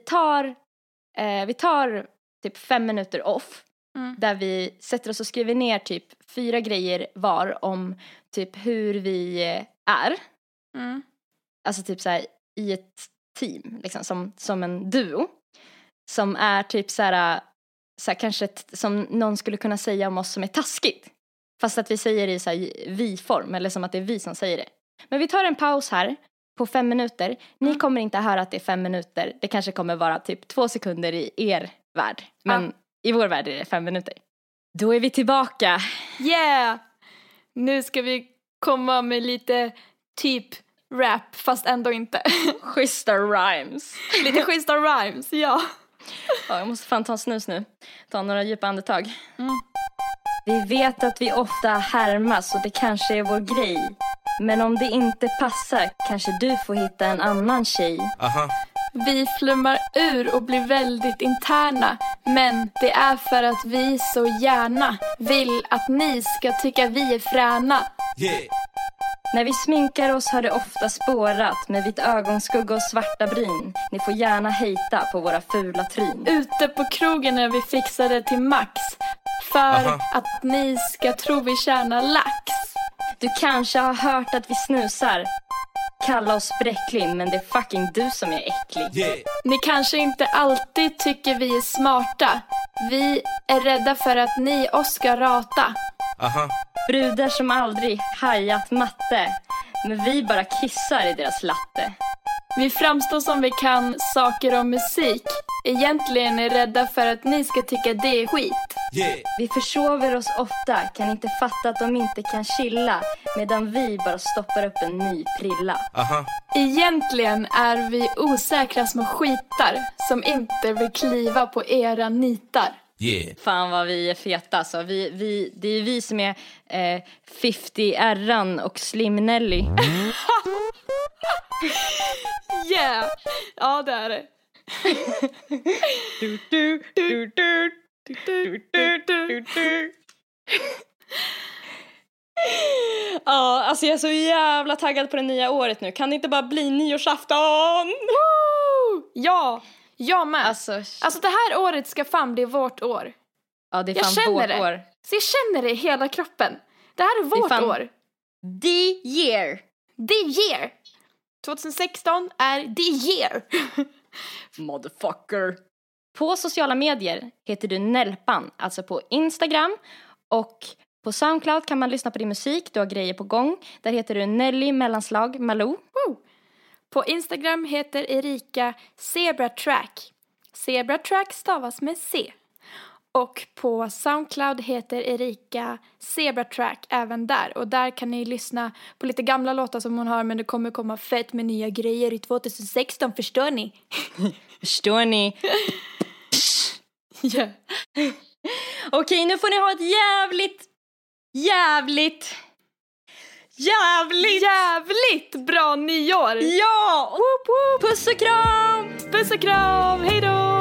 tar typ 5 minuter off. Där vi sätter oss och skriver ner typ 4 grejer var om typ hur vi är. Alltså typ så här i ett team liksom, som en duo. Som är typ så här kanske som någon skulle kunna säga om oss som är taskigt. Fast att vi säger det i så här vi-form eller som att det är vi som säger det. Men vi tar en paus här på 5 minuter. Ni kommer inte höra att det är 5 minuter. Det kanske kommer vara typ 2 sekunder i er värld. Men i vår värld är det 5 minuter. Då är vi tillbaka. Yeah! Nu ska vi komma med lite typ rap, fast ändå inte. Schyssta rhymes. Lite schyssta rhymes, ja. Jag måste fan ta en snus nu. Ta några djupa andetag. Vi vet att vi ofta härmas och det kanske är vår grej. Men om det inte passar kanske du får hitta en annan tjej. Vi flummar ur och blir väldigt interna. Men det är för att vi så gärna vill att ni ska tycka vi är fräna. När vi sminkar oss har det ofta spårat med vit ögonskugga och svarta bryn. Ni får gärna hejta på våra fula tryn. Ute på krogen är vi fixade till max. För att ni ska tro vi tjänar lax. Du kanske har hört att vi snusar. Kalla oss bräcklig, men det är fucking du som är äcklig. Ni kanske inte alltid tycker vi är smarta. Vi är rädda för att ni oss ska rata. Brudar som aldrig hajat matte. Men vi bara kissar i deras latte. Vi framstår som vi kan saker om musik. Egentligen är rädda för att ni ska tycka det är skit. Vi försover oss ofta, kan inte fatta att de inte kan chilla. Medan vi bara stoppar upp en ny prilla. Egentligen är vi osäkra små skitar som inte vill kliva på era nitar. Fan vad vi är feta alltså. Det är vi som är 50 Erran och Slim Nelly. Yeah, ja det är det. Ja, alltså jag är så jävla taggad på det nya året nu. Kan det inte bara bli nyårsafton? Woo! Ja, jag med. Alltså det här året ska fan bli vårt år. Ja, det är fan vårt år. Så jag känner det i hela kroppen. Det här är vårt år. The year. 2016 är the year. Motherfucker. På sociala medier heter du Nelpan, alltså på Instagram. Och på Soundcloud kan man lyssna på din musik. Du har grejer på gång. Där heter du Nelly mellanslag Malou. Woo. På Instagram heter Erika Zebratrack. Zebratrack stavas med C. Och på Soundcloud heter Erika Zebratrack även där. Och där kan ni lyssna på lite gamla låtar som hon har. Men det kommer komma fett med nya grejer i 2016, förstår ni? Förstår ni? Yeah. Okej, nu får ni ha ett jävligt bra nyår. Ja, Woop, woop. Puss och kram. Puss och kram, hej då.